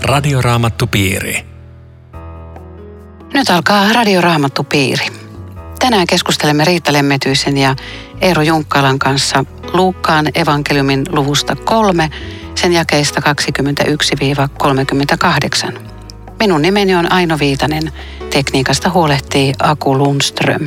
Radioraamattupiiri. Nyt alkaa Radioraamattupiiri. Tänään keskustelemme Riitta Lemmetyisen ja Eero Junkkalan kanssa Luukkaan evankeliumin luvusta 3, sen jakeista 21-38. Minun nimeni on Aino Viitanen. Tekniikasta huolehtii Aku Lundström.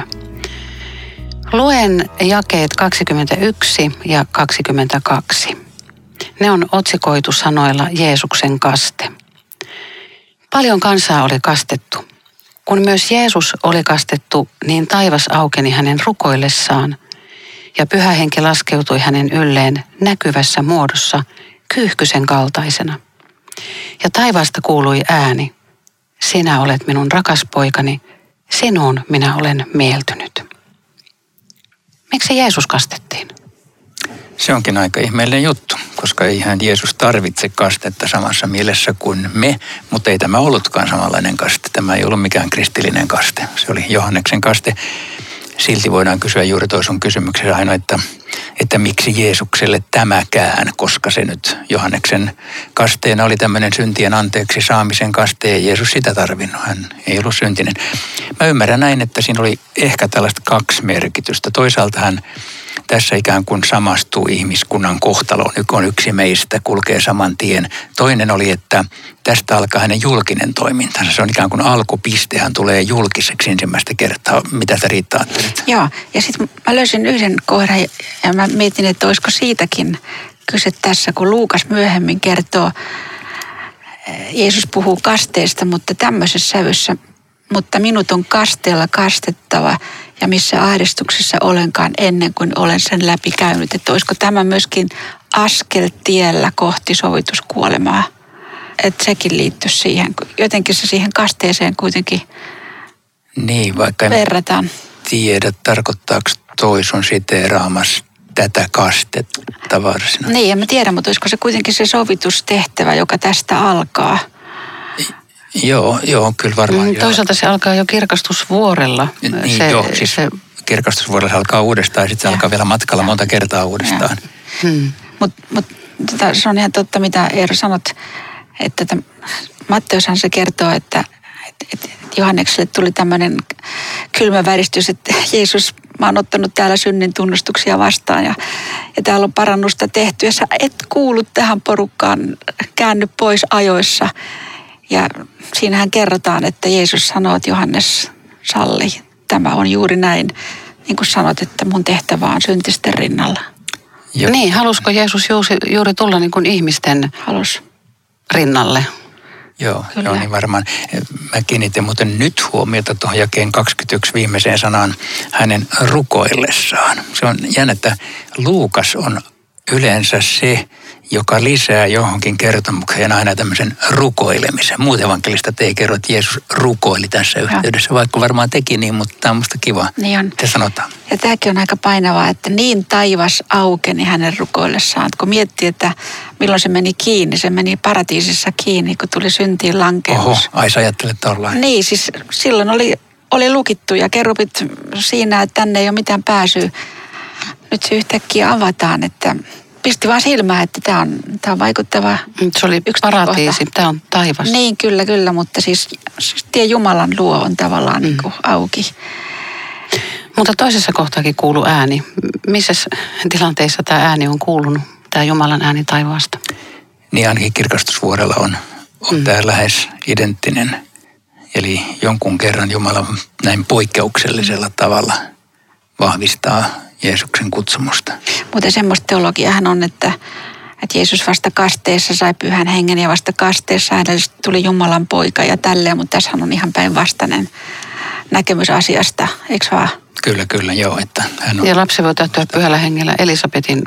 Luen jakeet 21 ja 22. Ne on otsikoitu sanoilla Jeesuksen kaste. Paljon kansaa oli kastettu. Kun myös Jeesus oli kastettu, niin taivas aukeni hänen rukoillessaan, ja Pyhä Henki laskeutui hänen ylleen näkyvässä muodossa kyyhkysen kaltaisena. Ja taivaasta kuului ääni, sinä olet minun rakas poikani, sinuun minä olen mieltynyt. Miksi Jeesus kastettiin? Se onkin aika ihmeellinen juttu, koska eihän Jeesus tarvitse kastetta samassa mielessä kuin me, mutta ei tämä ollutkaan samanlainen kaste. Tämä ei ollut mikään kristillinen kaste. Se oli Johanneksen kaste. Silti voidaan kysyä juuri toi sun kysymyksessä aina, että miksi Jeesukselle tämäkään, koska se nyt Johanneksen kasteena oli tämmöinen syntien anteeksi saamisen kaste, ja Jeesus sitä tarvinnut. Hän ei ollut syntinen. Mä ymmärrän näin, että siinä oli ehkä tällaista kaksi merkitystä. Toisaalta hän tässä ikään kuin samastuu ihmiskunnan kohtaloon. On yksi meistä, kulkee saman tien. Toinen oli, että tästä alkaa hänen julkinen toimintansa. Se on ikään kuin alkupiste. Hän tulee julkiseksi ensimmäistä kertaa. Mitä sä Riitta ajattelet? Joo, ja sitten mä löysin yhden kohdan ja mä mietin, että olisiko siitäkin kyse tässä, kun Luukas myöhemmin kertoo, Jeesus puhuu kasteesta, mutta tämmöisessä sävyssä, mutta minut on kasteella kastettava ja missä ahdistuksessa olenkaan ennen kuin olen sen läpi käynyt. Että olisiko tämä myöskin askel tiellä kohti sovituskuolemaa. Että sekin liittyy siihen. Jotenkin se siihen kasteeseen kuitenkin niin, vaikka verrataan. Tiedä, tarkoittaako toi sun siteeraamassa tätä kastetta varsinaisesti? Niin, en mä tiedä, mutta olisiko se kuitenkin se sovitustehtävä, joka tästä alkaa? Joo, kyllä varmaan. Toisaalta se alkaa jo Kirkastusvuorella. Kirkastusvuorella se alkaa uudestaan ja sitten se alkaa vielä matkalla monta kertaa uudestaan. Mutta se on ihan totta, mitä Eero sanot, että Matteushan se kertoo, että Johannekselle tuli tämmöinen kylmä väristys, että Jeesus, mä oon ottanut täällä synnin tunnustuksia vastaan ja täällä on parannusta tehty ja sä et kuulu tähän porukkaan, käänny pois ajoissa. Ja siinähän kerrotaan, että Jeesus sanoo, että Johannes salli, tämä on juuri näin, niin kuin sanot, että mun tehtävä on syntisten rinnalla. Joo. Niin, halusko Jeesus juuri tulla niin kuin ihmisten rinnalle? Joo, niin varmaan. Mä kiinnitin muuten nyt huomiota tuohon jakeen 21 viimeiseen sanaan hänen rukoillessaan. Se on jännä, että Luukas on yleensä se, joka lisää johonkin kertomukseen aina tämmöisen rukoilemisen. Muut evankelistat ei kerro, että Jeesus rukoili tässä yhteydessä, vaikka varmaan teki niin, mutta tämä on musta kiva. Niin on. Te sanotaan. Ja tämäkin on aika painavaa, että niin taivas aukeni hänen rukoillessaan. Kun miettii, että milloin se meni kiinni, se meni paratiisissa kiinni, kun tuli syntiin lankeus. Oho, ai sä ajattelet tollain. Niin, siis silloin oli lukittu ja kerubit siinä, että tänne ei ole mitään pääsyä. Nyt se yhtäkkiä avataan, että pisti vaan silmään, että tämä on vaikuttava. Se oli paratiisi, tämä on taivas. Niin, kyllä, mutta siis tie Jumalan luo on tavallaan niin kuin auki. Mutta toisessa kohtaakin kuului ääni. Missä tilanteissa tämä ääni on kuulunut, tämä Jumalan ääni taivaasta? Niin ainakin Kirkastusvuorella on tämä lähes identtinen. Eli jonkun kerran Jumala näin poikkeuksellisella tavalla vahvistaa Jeesuksen kutsumusta. Mutta semmoista teologiahan on, että Jeesus vasta kasteessa sai Pyhän Hengen ja vasta kasteessa hänelle tuli Jumalan poika ja tälleen, mutta tässähän on ihan päinvastainen näkemys asiasta, eikö vaan? Kyllä, joo. Että hän on... Ja lapsi voi täyttyä Pyhällä Hengellä. Elisabetin,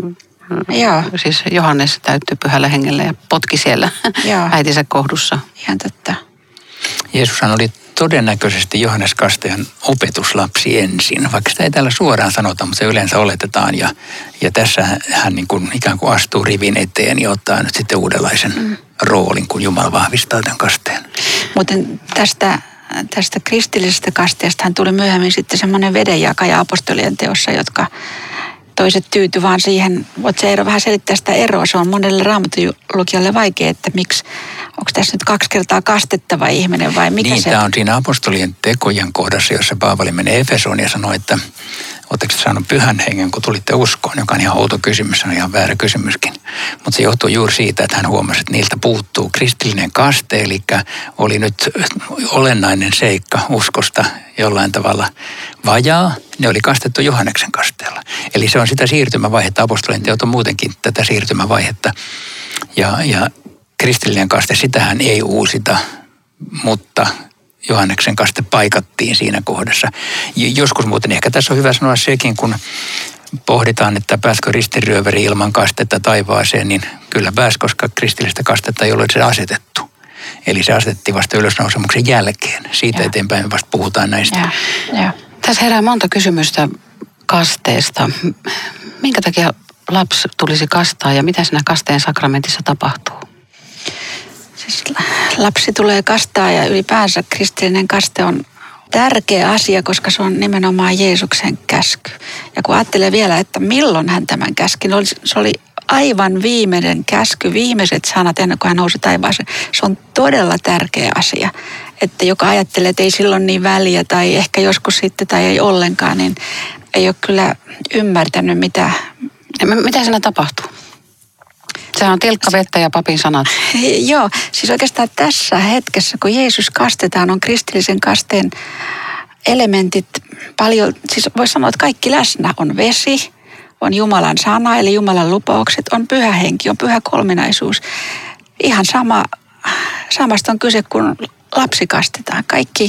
siis Johannes täyttyi Pyhällä Hengellä ja potki siellä äitinsä kohdussa. Ihan totta. Jeesushan oli todennäköisesti Johannes Kastajan opetuslapsi ensin, vaikka sitä ei täällä suoraan sanota, mutta se yleensä oletetaan. Ja tässä hän niin kuin ikään kuin astuu rivin eteen ja ottaa nyt sitten uudenlaisen roolin, kun Jumala vahvistaa tämän kasteen. Muuten tästä kristillisestä kasteesta hän tuli myöhemmin sitten semmoinen vedenjakaja apostolien teossa, toiset tyyty vaan siihen. Voit se Eero vähän selittää sitä eroa? Se on monelle raamatulukijalle vaikea, että miksi, onko tässä nyt 2 kertaa kastettava ihminen vai mikä niin, se? Tämä on siinä apostolien tekojen kohdassa, jossa Paavali menee Efesoon ja sanoo, että oletteko saanut pyhän hengen, kun tulitte uskoon, joka on ihan outo kysymys, se on ihan väärä kysymyskin. Mutta se johtuu juuri siitä, että hän huomasi, että niiltä puuttuu kristillinen kaste, eli oli nyt olennainen seikka uskosta jollain tavalla vajaa. Ne oli kastettu Johanneksen kasteella. Eli se on sitä siirtymävaihetta, apostolien teot on muutenkin tätä siirtymävaihetta. Ja kristillinen kaste, sitähän ei uusita, mutta Johanneksen kaste paikattiin siinä kohdassa. Joskus muuten ehkä tässä on hyvä sanoa sekin, kun pohditaan, että pääskö ristiryöväri ilman kastetta taivaaseen, niin kyllä pääsi, koska kristillistä kastetta ei ole se asetettu. Eli se asetettiin vasta ylösnousemuksen jälkeen. Siitä eteenpäin vasta puhutaan näistä. Tässä herää monta kysymystä kasteesta. Minkä takia lapsi tulisi kastaa ja mitä siinä kasteen sakramentissa tapahtuu? Siis lapsi tulee kastaa ja ylipäänsä kristillinen kaste on tärkeä asia, koska se on nimenomaan Jeesuksen käsky. Ja kun ajattelee vielä, että milloin hän tämän käski, se oli aivan viimeinen käsky, viimeiset sanat ennen kuin hän nousi taivaaseen. Se on todella tärkeä asia. Että joka ajattelee, että ei silloin niin väliä tai ehkä joskus sitten tai ei ollenkaan, niin ei ole kyllä ymmärtänyt mitä siinä tapahtuu? Sehän on tilkka vettä ja papin sanat. Joo, siis oikeastaan tässä hetkessä, kun Jeesus kastetaan, on kristillisen kasteen elementit paljon, siis voisi sanoa, että kaikki läsnä. On vesi, on Jumalan sana, eli Jumalan lupaukset, on pyhä henki, on pyhä kolminaisuus. Ihan samasta on kyse, kun lapsi kastetaan.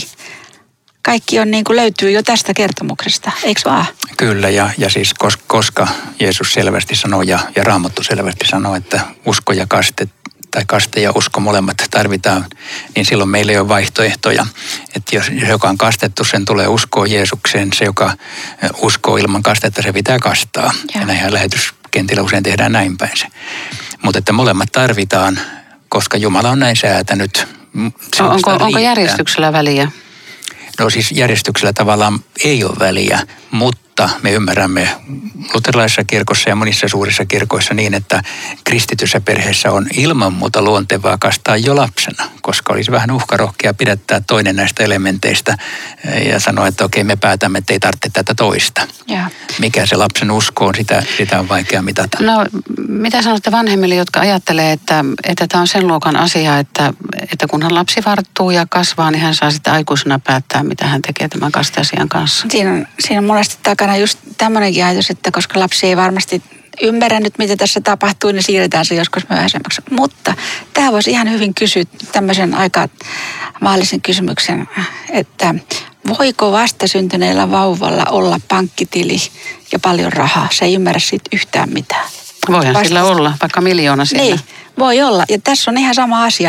Kaikki on niin kuin löytyy jo tästä kertomuksesta, eikö vaan? Kyllä, ja siis koska Jeesus selvästi sanoo ja Raamattu selvästi sanoo, että usko ja kaste tai kaste ja usko molemmat tarvitaan, niin silloin meillä ei ole vaihtoehtoja. Että jos joka on kastettu, sen tulee uskoa Jeesukseen. Se, joka uskoo ilman kastetta, se pitää kastaa. Ja näinhän lähetyskentillä usein tehdään näin päin se. Mutta että molemmat tarvitaan, koska Jumala on näin säätänyt. Onko järjestyksellä väliä? No siis järjestyksellä tavallaan ei ole väliä, mutta me ymmärrämme luterilaisessa kirkossa ja monissa suurissa kirkoissa niin, että kristityssä perheessä on ilman muuta luontevaa kastaa jo lapsena, koska olisi vähän uhkarohkea pidättää toinen näistä elementeistä ja sanoa, että okei, me päätämme, että ei tarvitse tätä toista. Ja. Mikä se lapsen usko on, sitä on vaikea mitata. No, mitä sanotte vanhemmille, jotka ajattelee, että tämä on sen luokan asia, että kunhan lapsi varttuu ja kasvaa, niin hän saa sitten aikuisena päättää, mitä hän tekee tämän kasteasian kanssa? Siinä on monesti takana just tämmöinenkin ajatus, että koska lapsi ei varmasti ymmärrä nyt, mitä tässä tapahtuu, niin siirretään se joskus myöhemmäksi. Mutta tämä voisi ihan hyvin kysyä tämmöisen aika maallisen kysymyksen, että voiko vastasyntyneellä vauvalla olla pankkitili ja paljon rahaa? Se ei ymmärrä siitä yhtään mitään. Voihan sillä olla, vaikka miljoona sillä. Niin, voi olla. Ja tässä on ihan sama asia.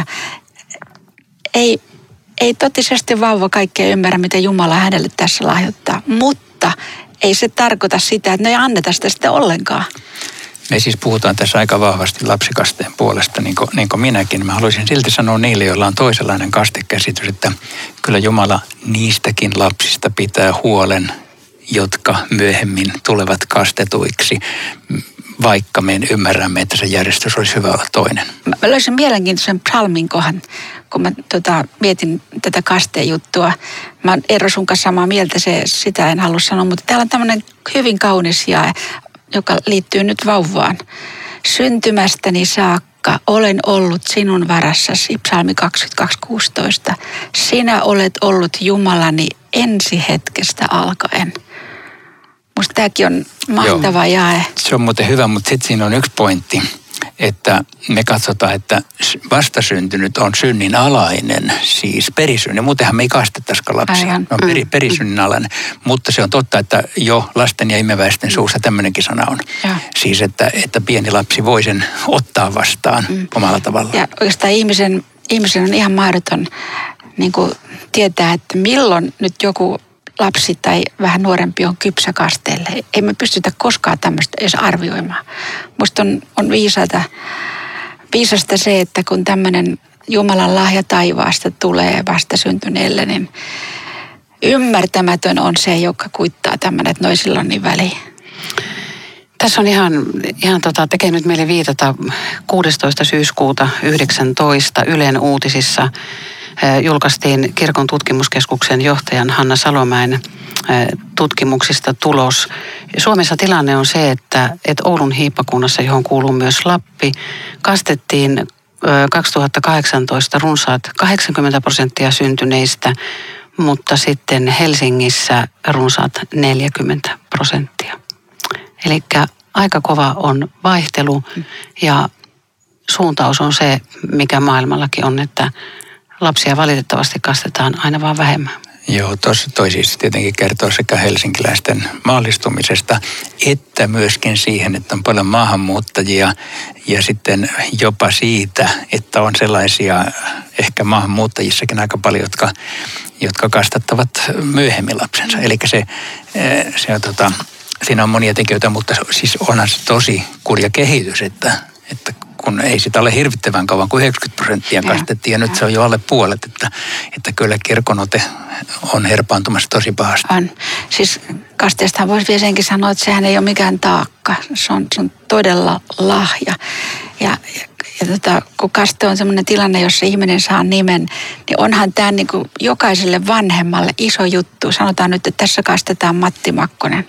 Ei totisesti vauva kaikkea ymmärrä, mitä Jumala hänelle tässä lahjoittaa, mutta ei se tarkoita sitä, että ne ei anneta sitä sitten ollenkaan. Me siis puhutaan tässä aika vahvasti lapsikasteen puolesta, niin kuin minäkin. Mä haluaisin silti sanoa niille, joilla on toisenlainen kastekäsitys, että kyllä Jumala niistäkin lapsista pitää huolen, jotka myöhemmin tulevat kastetuiksi, vaikka me ymmärrämme, että se järjestys olisi hyvä olla toinen. Mä löysin mielenkiintoisen psalmin kohan, kun mä mietin tätä kasteen juttua. Mä oon Eero sun kanssa samaa mieltä, sitä en halua sanoa, mutta täällä on tämmöinen hyvin kaunis jae, joka liittyy nyt vauvaan. Syntymästäni saakka olen ollut sinun varassasi, psalmi 22:16. Sinä olet ollut Jumalani ensi hetkestä alkaen. Musta tämäkin on mahtava jae. Se on muuten hyvä, mutta sitten siinä on yksi pointti, että me katsotaan, että vastasyntynyt on synnin alainen, siis perisynnin. Muutenhan me ei kastettaisikaan lapsia. Aivan. On perisynnin alainen. Mutta se on totta, että jo lasten ja imeväisten suussa tämmöinenkin sana on. Ja. Siis, että pieni lapsi voi sen ottaa vastaan omalla tavallaan. Ja oikeastaan ihmisen on ihan mahdoton niin kuin tietää, että milloin nyt joku lapsi tai vähän nuorempi on kypsä kasteelle. Ei me pystytä koskaan tämmöistä edes arvioimaan. Musta on viisasta se, että kun tämmöinen Jumalan lahja taivaasta tulee vastasyntyneelle, niin ymmärtämätön on se, joka kuittaa tämmöinen, että silloin niin väliin. Tässä on ihan tekee nyt mieli viitata 16. syyskuuta 19 Ylen uutisissa julkaistiin Kirkon tutkimuskeskuksen johtajan Hanna Salomäen tutkimuksista tulos. Suomessa tilanne on se, että Oulun hiippakunnassa, johon kuuluu myös Lappi, kastettiin 2018 runsaat 80% syntyneistä, mutta sitten Helsingissä runsaat 40%. Eli aika kova on vaihtelu ja suuntaus on se, mikä maailmallakin on, että lapsia valitettavasti kastetaan aina vaan vähemmän. Joo, toi siis tietenkin kertoo sekä helsinkiläisten maallistumisesta, että myöskin siihen, että on paljon maahanmuuttajia ja sitten jopa siitä, että on sellaisia ehkä maahanmuuttajissakin aika paljon, jotka kastattavat myöhemmin lapsensa. Eli siinä on monia tekijöitä, mutta siis onhan se tosi kurja kehitys, että kun ei sitä ole hirvittävän kauan kuin 90% kastettiin ja nyt se on jo alle puolet, että kyllä kirkon ote on herpaantumassa tosi pahasti. On. Siis kasteestahan voisi vielä senkin sanoa, että sehän ei ole mikään taakka. Se on todella lahja. Ja kun kaste on sellainen tilanne, jossa ihminen saa nimen, niin onhan tämä niin kuin jokaiselle vanhemmalle iso juttu. Sanotaan nyt, että tässä kastetaan Matti Makkonen.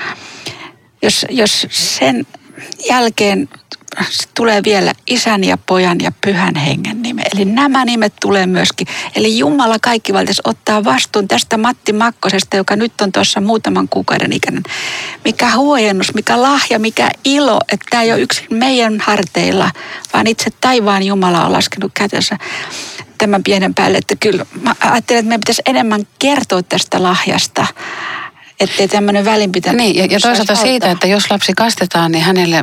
Jos sen jälkeen tulee vielä Isän ja Pojan ja Pyhän Hengen nime. Eli nämä nimet tulee myöskin. Eli Jumala kaikkivaltias ottaa vastuun tästä Matti Makkosesta, joka nyt on tuossa muutaman kuukauden ikäinen. Mikä huojennus, mikä lahja, mikä ilo, että tämä ei ole yksin meidän harteilla, vaan itse taivaan Jumala on laskenut kätensä tämän pienen päälle. Että kyllä mä ajattelen, että meidän pitäisi enemmän kertoa tästä lahjasta, ettei tämmöinen välinpitäminen. Niin, ja toisaalta siitä, että jos lapsi kastetaan, niin hänelle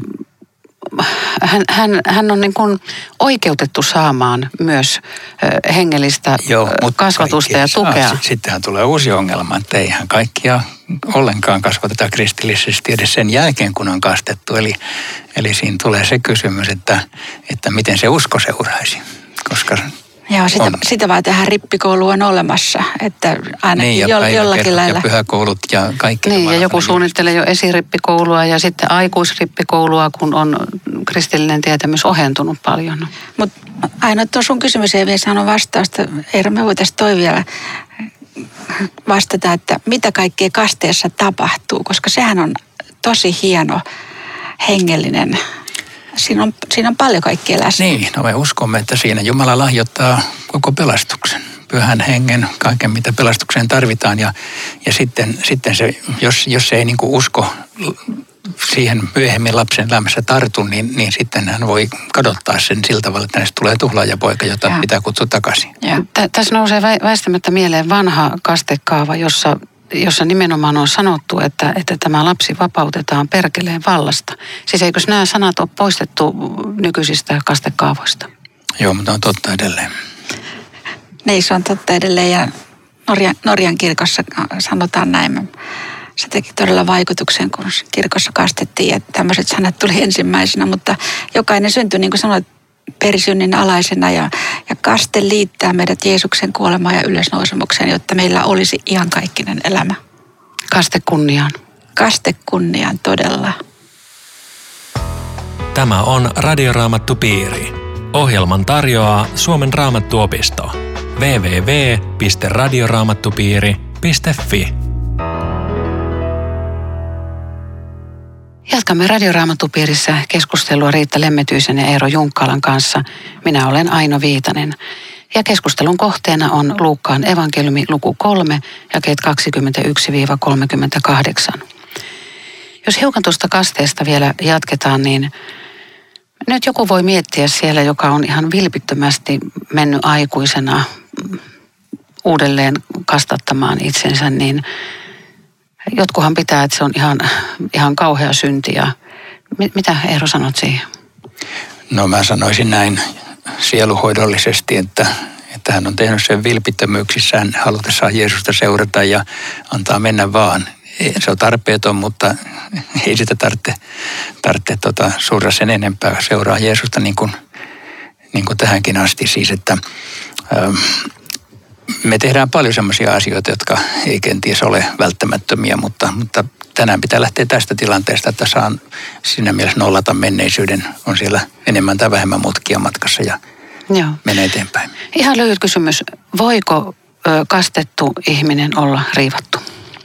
hän on niin kuin oikeutettu saamaan myös hengellistä kasvatusta ja tukea. Sittenhän tulee uusi ongelma, että eihän kaikkia ollenkaan kasvateta kristillisesti edes sen jälkeen, kun on kastettu. Eli siinä tulee se kysymys, että miten se usko seuraisi, koska... Joo, sitä vaan tähän rippikoulu on olemassa, että ainakin niin, jollakin lailla. Ja pyhäkoulut ja kaikki. Niin, ja joku suunnittelee jo esirippikoulua ja sitten aikuisrippikoulua, kun on kristillinen tietämys ohentunut paljon. Mutta aina tuo sun kysymys ei vielä saanut vastausta. Eero, me voitaisiin toi vielä vastata, että mitä kaikkea kasteessa tapahtuu, koska sehän on tosi hieno hengellinen. Siinä on paljon kaikkea läsnä. Niin, no me uskomme, että siinä Jumala lahjoittaa koko pelastuksen, Pyhän Hengen, kaiken mitä pelastukseen tarvitaan. Ja sitten se, jos se ei niin kuin usko siihen myöhemmin lapsen elämässä tartu, niin sitten hän voi kadottaa sen sillä tavalla, että hänestä tulee tuhlaajapoika, jota pitää kutsua takaisin. Tässä nousee väistämättä mieleen vanha kastekaava, jossa nimenomaan on sanottu, että tämä lapsi vapautetaan perkeleen vallasta. Siis eikös nämä sanat ole poistettu nykyisistä kastekaavoista? Joo, mutta on totta edelleen. Niin, se on totta edelleen ja Norjan kirkossa sanotaan näin. Se teki todella vaikutuksen, kun kirkossa kastettiin, että tämmöiset sanat tuli ensimmäisenä, mutta jokainen syntyi, niin kuin sanoit, perisynnin alaisena ja kaste liittää meidät Jeesuksen kuolemaan ja ylösnousemukseen, jotta meillä olisi iankaikkinen elämä. Kaste kunniaan. Kaste kunniaan, todella. Tämä on Radioraamattupiiri. Ohjelman tarjoaa Suomen Raamattuopisto. www.radioraamattupiiri.fi. Jatkamme Radioraamattupiirissä keskustelua Riitta Lemmetyisen ja Eero Junkkalan kanssa. Minä olen Aino Viitanen. Ja keskustelun kohteena on Luukkaan evankeliumi luku 3, jakeet 21-38. Jos hiukan tuosta kasteesta vielä jatketaan, niin nyt joku voi miettiä siellä, joka on ihan vilpittömästi mennyt aikuisena uudelleen kastattamaan itsensä, niin jotkuhan pitää, että se on ihan kauhea synti. Ja mitä Eero sanot siihen? No mä sanoisin näin sieluhoidollisesti, että hän on tehnyt sen vilpittömyyksissään halutessaan Jeesusta seurata ja antaa mennä vaan. Se on tarpeeton, mutta ei sitä tarvitse surra sen enempää. Seuraa Jeesusta niin kuin tähänkin asti. Siis, että me tehdään paljon sellaisia asioita, jotka ei kenties ole välttämättömiä, mutta tänään pitää lähteä tästä tilanteesta, että saan siinä mielessä nollata menneisyyden. On siellä enemmän tai vähemmän mutkia matkassa ja menee eteenpäin. Ihan lyhyt kysymys. Voiko kastettu ihminen olla riivattu?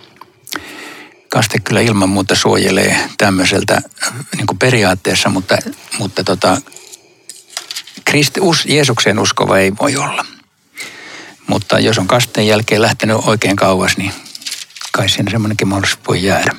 Kaste kyllä ilman muuta suojelee tämmöiseltä niin kuin periaatteessa, mutta Jeesukseen uskova ei voi olla. Mutta jos on kasteen jälkeen lähtenyt oikein kauas, niin kai siinä semmoinenkin mahdollisuus voi jäädä.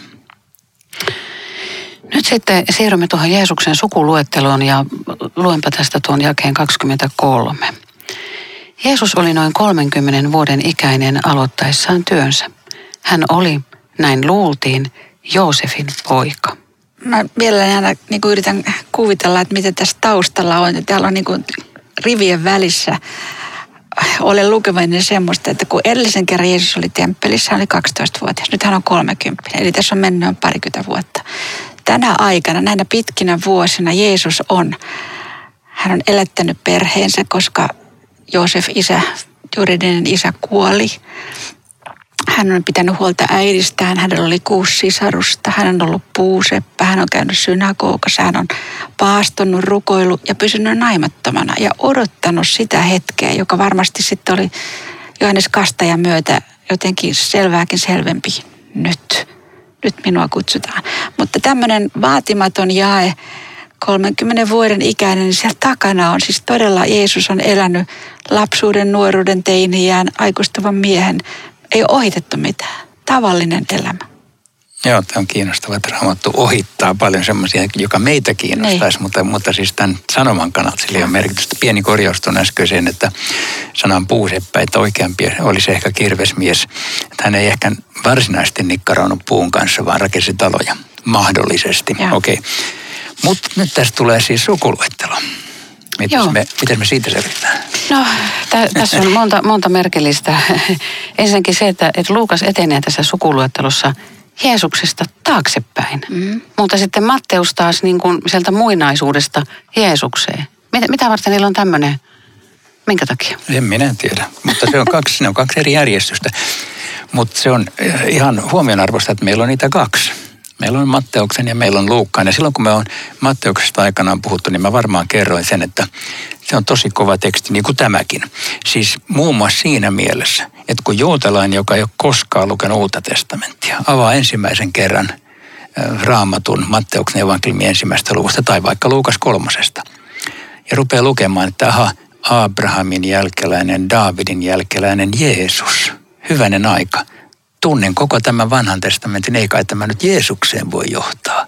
Nyt sitten siirrymme tuohon Jeesuksen sukuluetteloon ja luenpa tästä tuon jakeen 23. Jeesus oli noin 30 vuoden ikäinen aloittaessaan työnsä. Hän oli, näin luultiin, Joosefin poika. Mä mielelläni aina niin kuin yritän kuvitella, että mitä tässä taustalla on. Täällä on niin kuin rivien välissä. Olen lukevainen semmoista, että kun edellisen kerran Jeesus oli temppelissä, hän oli 12-vuotias. Nyt hän on 30. Eli tässä on mennyt parikymmentä vuotta. Tänä aikana, näinä pitkinä vuosina hän on elättänyt perheensä, koska Joosef, juridinen isä, kuoli. Hän on pitänyt huolta äidistään, hänellä oli 6 sisarusta, hän on ollut puuseppä, hän on käynyt synagogassa, hän on paastonut, rukoillut ja pysynyt naimattomana ja odottanut sitä hetkeä, joka varmasti sitten oli Johannes Kastajan myötä jotenkin selvääkin selvempi. Nyt minua kutsutaan. Mutta tämmöinen vaatimaton jae, 30 vuoden ikäinen, niin siellä takana on siis todella Jeesus on elänyt lapsuuden, nuoruuden, teiniään, aikuistuvan miehen. Ei ole ohitettu mitään. Tavallinen elämä. Joo, tämä on kiinnostavaa, että Raamattu ohittaa paljon semmoisia, joka meitä kiinnostaisi, mutta siis tämän sanoman kannalta sillä on merkitystä. Pieni korjaus tuon äskeiseen, että sanan puuseppä, että oikeampi olisi ehkä kirvesmies. Että hän ei ehkä varsinaisesti nikkaroinut puun kanssa, vaan rakensi taloja. Mahdollisesti. Okei. Mutta nyt tästä tulee siis sukuluettelo. Miten me siitä selvitään? No, tässä on monta merkillistä. Ensinnäkin se, että Luukas etenee tässä sukuluettelossa Jeesuksesta taaksepäin. Mutta sitten Matteus taas niin kuin sieltä muinaisuudesta Jeesukseen. Mitä varten niillä on tämmöinen? Minkä takia? En minä tiedä, mutta ne on kaksi eri järjestystä. Mutta se on ihan huomionarvoista, että meillä on niitä 2. Meillä on Matteuksen ja meillä on Luukkaan. Ja silloin kun me on Matteuksesta aikanaan puhuttu, niin mä varmaan kerroin sen, että se on tosi kova teksti, niin kuin tämäkin. Siis muun muassa siinä mielessä, että kun juutalainen, joka ei ole koskaan lukenut Uutta testamenttia, avaa ensimmäisen kerran Raamatun Matteuksen evankeliumin 1. luvusta tai vaikka Luukas 3. ja rupeaa lukemaan, että Abrahamin jälkeläinen, Daavidin jälkeläinen Jeesus, hyvänen aika. Tunnen koko tämän vanhan testamentin, ei kai tämä nyt Jeesukseen voi johtaa.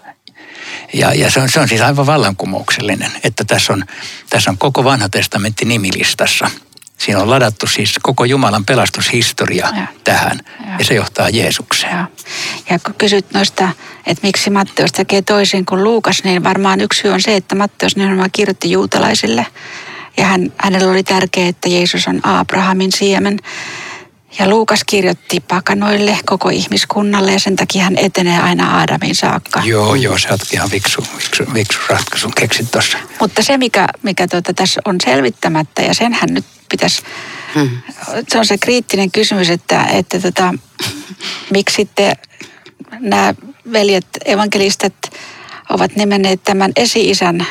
Ja se on siis aivan vallankumouksellinen, että tässä on koko vanha testamentti nimilistassa. Siinä on ladattu siis koko Jumalan pelastushistoria tähän ja se johtaa Jeesukseen. Ja kun kysyt noista, että miksi Matteus tekee toisin kuin Luukas, niin varmaan yksi syy on se, että Matteus nimenomaan kirjoitti juutalaisille. Ja hänellä oli tärkeää, että Jeesus on Abrahamin siemen. Ja Luukas kirjoitti pakanoille, koko ihmiskunnalle ja sen takia hän etenee aina Aadamin saakka. Joo, sä oot ihan viksu ratkaisun keksit tuossa. Mutta se, mikä tässä on selvittämättä ja senhän nyt pitäisi, se on se kriittinen kysymys, että miksi sitten nämä veljet evankelistat ovat nimenneet tämän esi-isän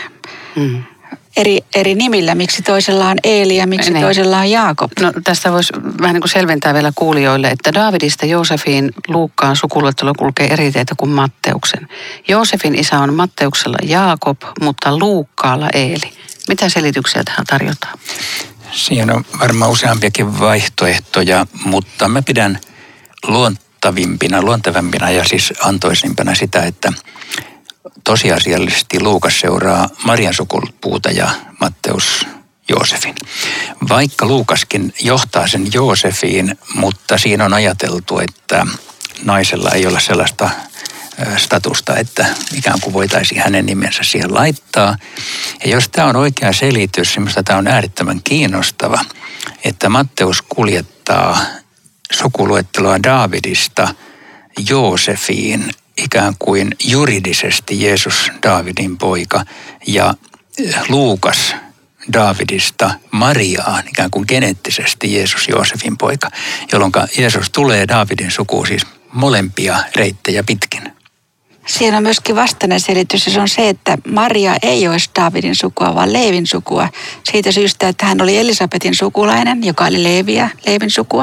eri nimillä. Miksi toisella on Eeli ja miksi toisella on Jaakob? No tästä voisi vähän niin kuin selventää vielä kuulijoille, että Daavidista Joosefiin Luukkaan sukuluettelo kulkee eri teitä kuin Matteuksen. Joosefin isä on Matteuksella Jaakob, mutta Luukkaalla Eeli. Mitä selityksiä tähän tarjotaan? Siinä on varmaan useampiakin vaihtoehtoja, mutta mä pidän luontevampina ja siis antoisimpana sitä, että tosiasiallisesti Luukas seuraa Marian sukupuuta ja Matteus Joosefin. Vaikka Luukaskin johtaa sen Joosefiin, mutta siinä on ajateltu, että naisella ei ole sellaista statusta, että ikään kuin voitaisiin hänen nimensä siihen laittaa. Ja jos tämä on oikea selitys, minusta tämä on äärettömän kiinnostava, että Matteus kuljettaa sukuluetteloa Daavidista Joosefiin, ikään kuin juridisesti Jeesus Daavidin poika, ja Luukas Daavidista Mariaan, ikään kuin geneettisesti Jeesus Joosefin poika, jolloin Jeesus tulee Daavidin sukuun siis molempia reittejä pitkin. Siinä on myöskin vastainen selitys, ja se on se, että Maria ei olisi Daavidin sukua, vaan Leevin sukua. Siitä syystä, että hän oli Elisabetin sukulainen, joka oli Leevin sukua.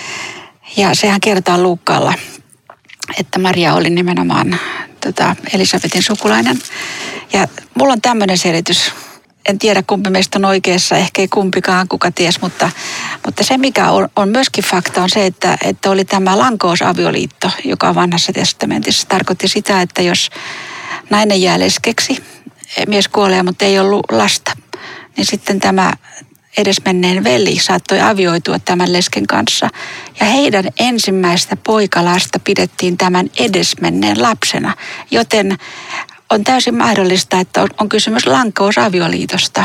Ja sehän kertaa Luukkaalla, että Maria oli nimenomaan Elisabetin sukulainen. Ja mulla on tämmöinen selitys. En tiedä, kumpi meistä on oikeassa, ehkä ei kumpikaan, kuka ties, mutta se mikä on myöskin fakta on se, että oli tämä lankoosavioliitto, joka on Vanhassa testamentissa. Tarkoitti sitä, että jos nainen jää leskeksi, mies kuolee, mutta ei ollut lasta, niin sitten tämä edesmenneen veli saattoi avioitua tämän lesken kanssa. Ja heidän ensimmäistä poikalasta pidettiin tämän edesmenneen lapsena, joten on täysin mahdollista, että on kysymys lankoosavioliitosta.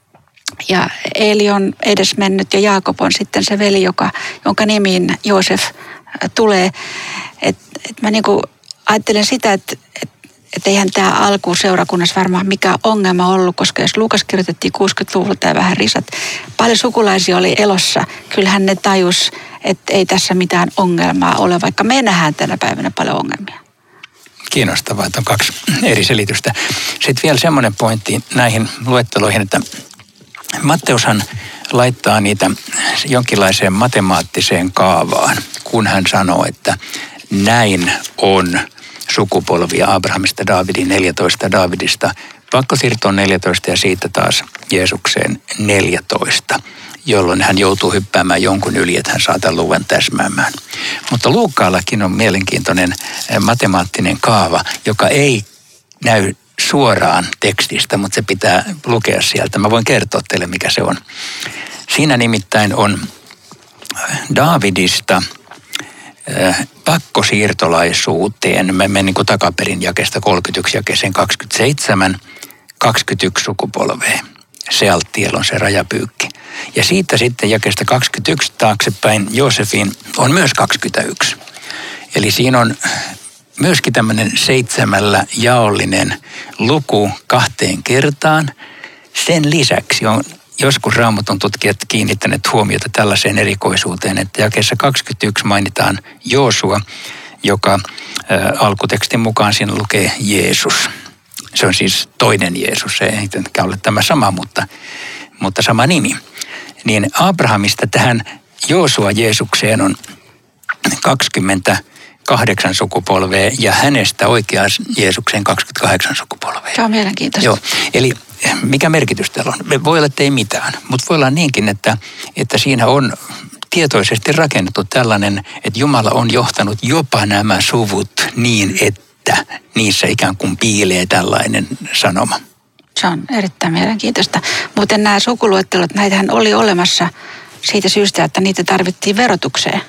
Ja Eeli on edesmennyt ja Jaakob on sitten se veli, jonka nimiin Joosef tulee. Mä niinku ajattelen sitä, että eihän tämä alku seurakunnassa varmaan mikään ongelma ollut, koska jos Luukas kirjoitettiin 60-luvulla tai vähän risat, paljon sukulaisia oli elossa. Kyllähän ne tajus, että ei tässä mitään ongelmaa ole, vaikka me nähdään tänä päivänä paljon ongelmia. Kiinnostavaa, että on kaksi eri selitystä. Sitten vielä semmoinen pointti näihin luetteloihin, että Matteushan laittaa niitä jonkinlaiseen matemaattiseen kaavaan, kun hän sanoo, että näin on sukupolvia Abrahamista Daavidin 14, Daavidista pakkosiirtoon 14 ja siitä taas Jeesukseen 14, jolloin hän joutuu hyppäämään jonkun yli, että hän saa tämän luvun täsmäämään. Mutta Luukkaallakin on mielenkiintoinen matemaattinen kaava, joka ei näy suoraan tekstistä, mutta se pitää lukea sieltä. Mä voin kertoa teille, mikä se on. Siinä nimittäin on Daavidista pakkosiirtolaisuuteen. Mä menen niin kuin takaperin jakeesta 31 jakeeseen 27, 21 sukupolveen. Sealtiel on se rajapyykki. Ja siitä sitten jakeesta 21 taaksepäin Joosefin on myös 21. Eli siinä on myöskin tämmöinen 7 jaollinen luku 2 kertaan. Sen lisäksi on joskus Raamatun tutkijat kiinnittäneet huomiota tällaiseen erikoisuuteen, että jakeessa 21 mainitaan Joosua, joka alkutekstin mukaan siinä lukee Jeesus. Se on siis toinen Jeesus, se ei tietenkään ole tämä sama, mutta sama nimi. Niin Abrahamista tähän Joosua Jeesukseen on 28 sukupolvea ja hänestä oikeaan Jeesukseen 28 sukupolvea. Se on mielenkiintoista. Joo, eli mikä merkitys täällä on? Voi olla, että ei mitään, mutta voi olla niinkin, että siinä on tietoisesti rakennettu tällainen, että Jumala on johtanut jopa nämä suvut niin, että niissä ikään kuin piilee tällainen sanoma. Se on erittäin mielenkiintoista. Muuten nämä sukuluettelot, näitähän oli olemassa siitä syystä, että niitä tarvittiin verotukseen.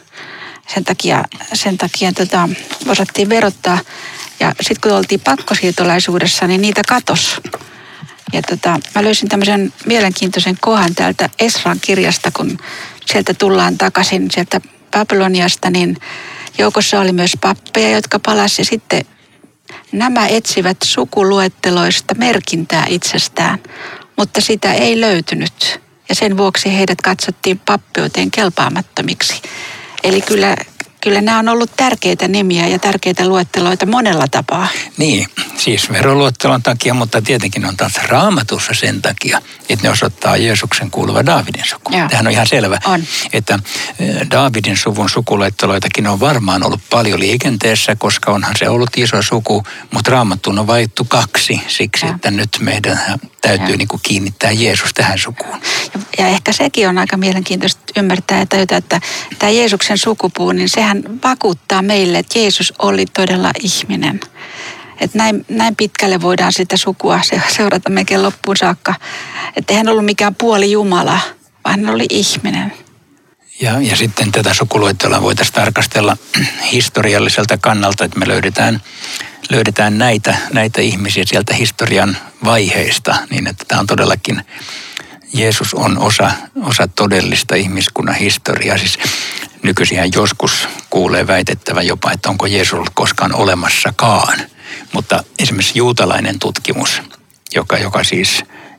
Sen takia osattiin verottaa. Ja sitten kun oltiin pakkosiirtolaisuudessa, niin niitä katosi. Ja mä löysin tämmöisen mielenkiintoisen kohan täältä Esran kirjasta, kun sieltä tullaan takaisin sieltä Babyloniasta, niin joukossa oli myös pappeja, jotka palasivat. Ja sitten nämä etsivät sukuluetteloista merkintää itsestään, mutta sitä ei löytynyt. Ja sen vuoksi heidät katsottiin pappeuteen kelpaamattomiksi. Eli kyllä nämä on ollut tärkeitä nimiä ja tärkeitä luetteloita monella tapaa. Niin, siis veroluettelon takia, mutta tietenkin on taas Raamatussa sen takia, että ne osoittaa Jeesuksen kuuluva Daavidin suku. Tämähän on ihan selvä, että Daavidin suvun sukuluetteloitakin on varmaan ollut paljon liikenteessä, koska onhan se ollut iso suku, mutta Raamattuun on valittu 2 siksi, että nyt meidän täytyy niin kuin kiinnittää Jeesus tähän sukuun. Ja ehkä sekin on aika mielenkiintoista ymmärtää ja tajuta, että tämä Jeesuksen sukupuu, niin sehän vakuuttaa meille, että Jeesus oli todella ihminen. Että näin pitkälle voidaan sitä sukua seurata melkein loppuun saakka. Että hän ollut mikään puoli Jumala, vaan hän oli ihminen. Ja sitten tätä sukuluettelua voitaisiin tarkastella historialliselta kannalta, että me löydetään näitä ihmisiä sieltä historian vaiheista, niin että tämä on todellakin, Jeesus on osa todellista ihmiskunnan historiaa. Siis nykyisinhän joskus kuulee väitettävä jopa, että onko Jeesus ollut koskaan olemassakaan. Mutta esimerkiksi juutalainen tutkimus, joka siis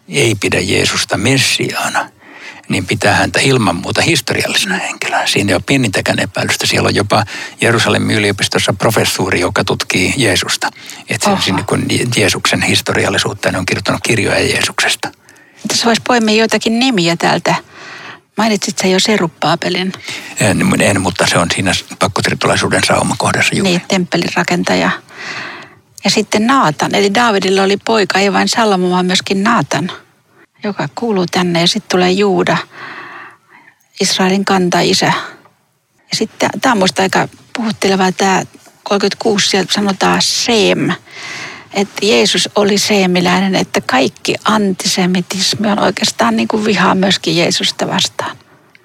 ei pidä Jeesusta Messiaana, niin pitää häntä ilman muuta historiallisena henkilönä. Siinä ei ole pienintäkään epäilystä. Siellä on jopa Jerusalemin yliopistossa professuuri, joka tutkii Jeesusta. Että se on niin Jeesuksen historiallisuutta, ja ne on kirjoittanut kirjoja Jeesuksesta. Tässä voisi poimia joitakin nimiä täältä. Mainitsit sä jo Serubbaabelin? En, mutta se on siinä pakkotritulaisuuden saumakohdassa juuri. Niin, temppelin rakentaja. Ja sitten Naatan, eli Daavidilla oli poika, ei vain Salomo, vaan myöskin Naatan, joka kuuluu tänne. Ja sitten tulee Juuda, Israelin kantaisä. Ja sitten, tämä on musta aika puhuttelevaa, tämä 36, sieltä sanotaan Seem. Että Jeesus oli seemiläinen, että kaikki antisemitismi on oikeastaan niin kuin vihaa myöskin Jeesusta vastaan.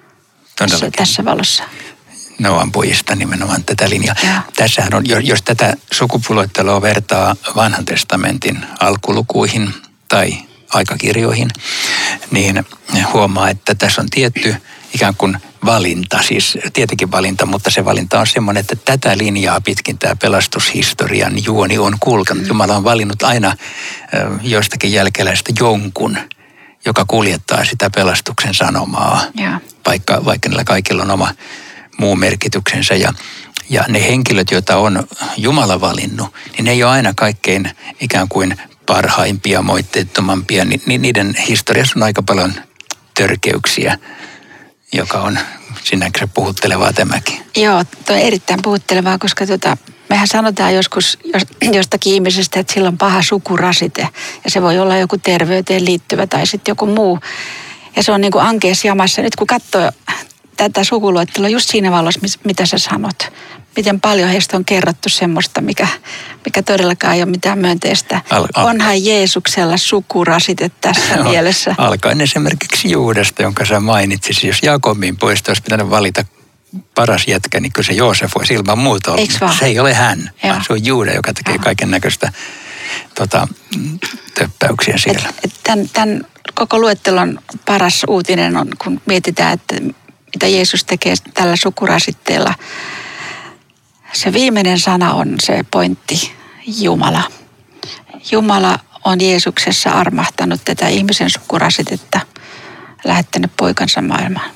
Tässä valossa. Noan pojista nimenomaan tätä linjaa. Ja. Tässähän on, jos tätä sukupuoluettelua vertaa Vanhan testamentin alkulukuihin tai aikakirjoihin, niin huomaa, että tässä on tietty ikään kuin valinta, siis tietenkin valinta, mutta se valinta on semmoinen, että tätä linjaa pitkin tämä pelastushistorian juoni on kulkenut. Jumala on valinnut aina jostakin jälkeläistä jonkun, joka kuljettaa sitä pelastuksen sanomaa, vaikka niillä kaikilla on oma muu merkityksensä. Ja ne henkilöt, joita on Jumala valinnut, niin ne ei ole aina kaikkein ikään kuin parhaimpia, moitteettomampia. Niiden historiassa on aika paljon törkeyksiä, joka on sinänsä puhuttelevaa tämäkin. Joo, tuo on erittäin puhuttelevaa, koska mehän sanotaan joskus jostakin ihmisestä, että sillä on paha sukurasite. Ja se voi olla joku terveyteen liittyvä tai sitten joku muu. Ja se on niin kuin ankeassa jamassa. Nyt kun katsoo tätä sukuluettelua just siinä valossa, mitä sä sanot. Miten paljon heistä on kerrottu semmoista, mikä todellakaan ei ole mitään myönteistä. Onhan Jeesuksella sukurasite tässä mielessä. Alkaen esimerkiksi Juudasta, jonka sä mainitsit. Jos Jakobin poista olisi pitänyt valita paras jätkä, niin kyllä se Joosef olisi ilman muuta ollut. Se ei ole hän, vaan se on Juuda, joka tekee kaiken näköistä töppäyksiä siellä. Tämän koko luettelon paras uutinen on, kun mietitään, että mitä Jeesus tekee tällä sukurasitteella. Se viimeinen sana on se pointti, Jumala. Jumala on Jeesuksessa armahtanut tätä ihmisen sukurasitetta, lähettänyt poikansa maailmaan.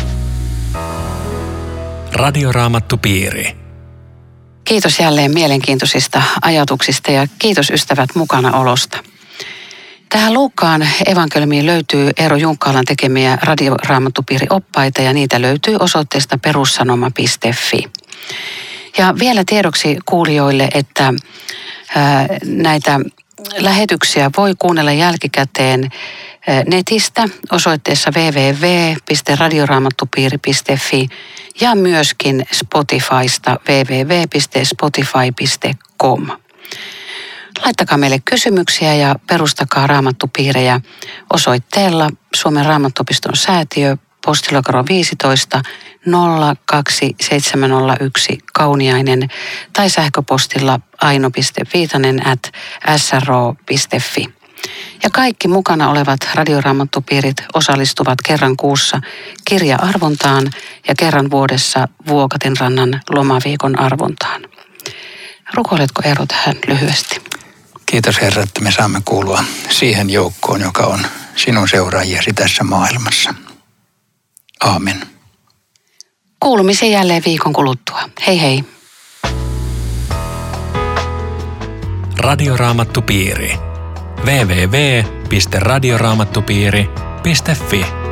Radioraamattupiiri. Kiitos jälleen mielenkiintoisista ajatuksista ja kiitos ystävät mukanaolosta. Tähän Luukkaan evankeliumiin löytyy Eero Junkkaalan tekemiä Radioraamattupiiri-oppaita ja niitä löytyy osoitteesta perussanoma.fi. Ja vielä tiedoksi kuulijoille, että näitä lähetyksiä voi kuunnella jälkikäteen netistä osoitteessa www.radioraamattupiiri.fi ja myöskin Spotifysta www.spotify.com. Laittakaa meille kysymyksiä ja perustakaa raamattupiirejä osoitteella Suomen Raamattuopiston säätiö, postilokero 15 02701 Kauniainen tai sähköpostilla aino.viitanen@sro.fi. Ja kaikki mukana olevat radioraamattupiirit osallistuvat kerran kuussa kirja-arvontaan ja kerran vuodessa Vuokatinrannan lomaviikon arvontaan. Rukoiletko Eero tähän lyhyesti? Kiitos Herra, että me saamme kuulua siihen joukkoon, joka on sinun seuraajasi tässä maailmassa. Aamen. Kuulumisia jälleen viikon kuluttua. Hei hei. Radioraamattupiiri. www.radioraamattupiiri.fi